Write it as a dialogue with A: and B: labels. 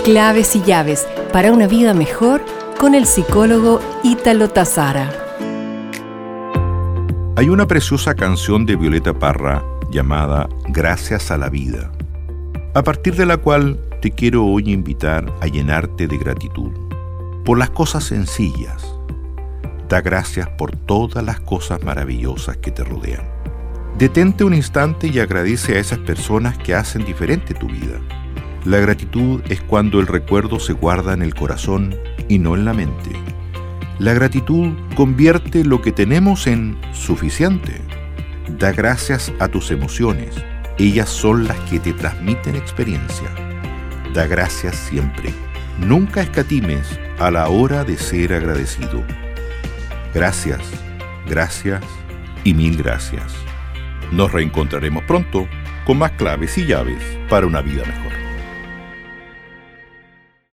A: Claves y llaves para una vida mejor con el psicólogo Ítalo Tazara.
B: Hay una preciosa canción de Violeta Parra llamada Gracias a la vida, a partir de la cual te quiero hoy invitar a llenarte de gratitud por las cosas sencillas. Da gracias por todas las cosas maravillosas que te rodean. Detente un instante y agradece a esas personas que hacen diferente tu vida. La gratitud es cuando el recuerdo se guarda en el corazón y no en la mente. La gratitud convierte lo que tenemos en suficiente. Da gracias a tus emociones. Ellas son las que te transmiten experiencia. Da gracias siempre. Nunca escatimes a la hora de ser agradecido. Gracias, gracias y mil gracias. Nos reencontraremos pronto con más claves y llaves para una vida mejor.